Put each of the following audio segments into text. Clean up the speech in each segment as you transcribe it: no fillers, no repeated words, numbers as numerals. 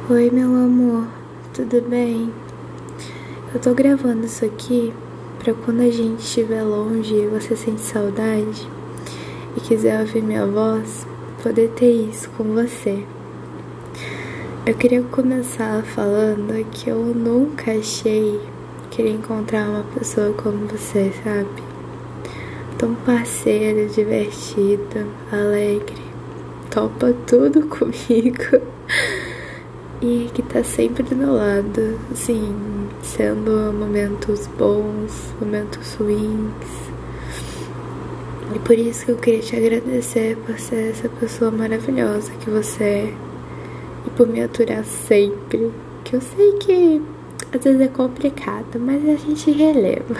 Oi, meu amor, tudo bem? Eu tô gravando isso aqui pra quando a gente estiver longe e você sente saudade e quiser ouvir minha voz, poder ter isso com você. Eu queria começar falando que eu nunca achei que iria encontrar uma pessoa como você, sabe? Tão parceira, divertida, alegre, topa tudo comigo. E que tá sempre do meu lado, assim, sendo momentos bons, momentos ruins. E por isso que eu queria te agradecer por ser essa pessoa maravilhosa que você é. E por me aturar sempre. Que eu sei que às vezes é complicado, mas a gente releva.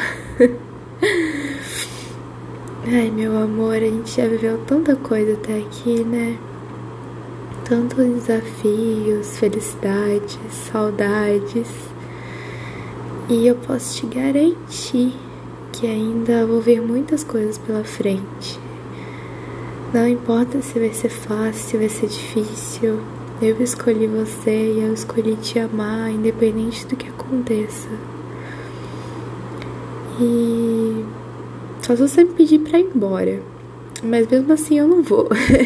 Ai, meu amor, a gente já viveu tanta coisa até aqui, né? Tantos desafios, felicidades, saudades. E eu posso te garantir que ainda vou ver muitas coisas pela frente. Não importa se vai ser fácil, se vai ser difícil. Eu escolhi você e eu escolhi te amar, independente do que aconteça. E só se você me pedir pra ir embora. Mas mesmo assim eu não vou.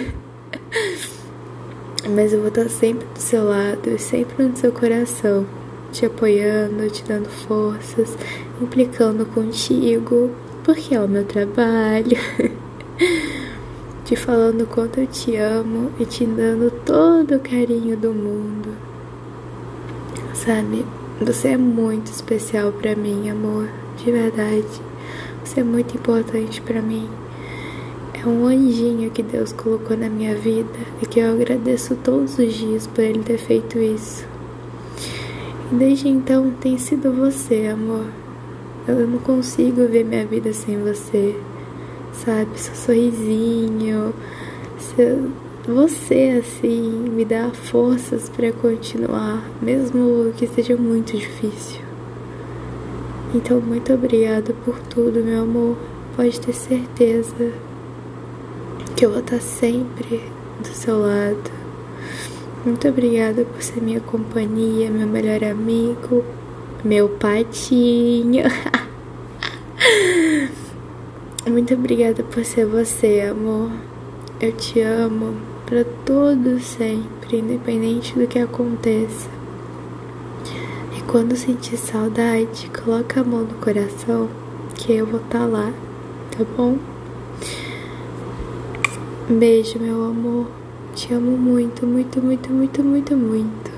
Mas eu vou estar sempre do seu lado e sempre no seu coração, te apoiando, te dando forças, implicando contigo, porque é o meu trabalho, te falando o quanto eu te amo e te dando todo o carinho do mundo. Sabe, você é muito especial pra mim, amor, de verdade. Você é muito importante pra mim. É um anjinho que Deus colocou na minha vida e que eu agradeço todos os dias por Ele ter feito isso. E desde então tem sido você, amor. Eu não consigo ver minha vida sem você, sabe? Seu sorrisinho, você assim me dá forças pra continuar, mesmo que seja muito difícil. Então muito obrigada por tudo, meu amor. Pode ter certeza que eu vou estar sempre do seu lado. Muito obrigada por ser minha companhia, meu melhor amigo, meu patinho. Muito obrigada por ser você, amor. Eu te amo pra todo sempre, independente do que aconteça. E quando sentir saudade, coloca a mão no coração que eu vou estar lá, tá bom? Um beijo, meu amor. Te amo muito, muito, muito, muito, muito, muito.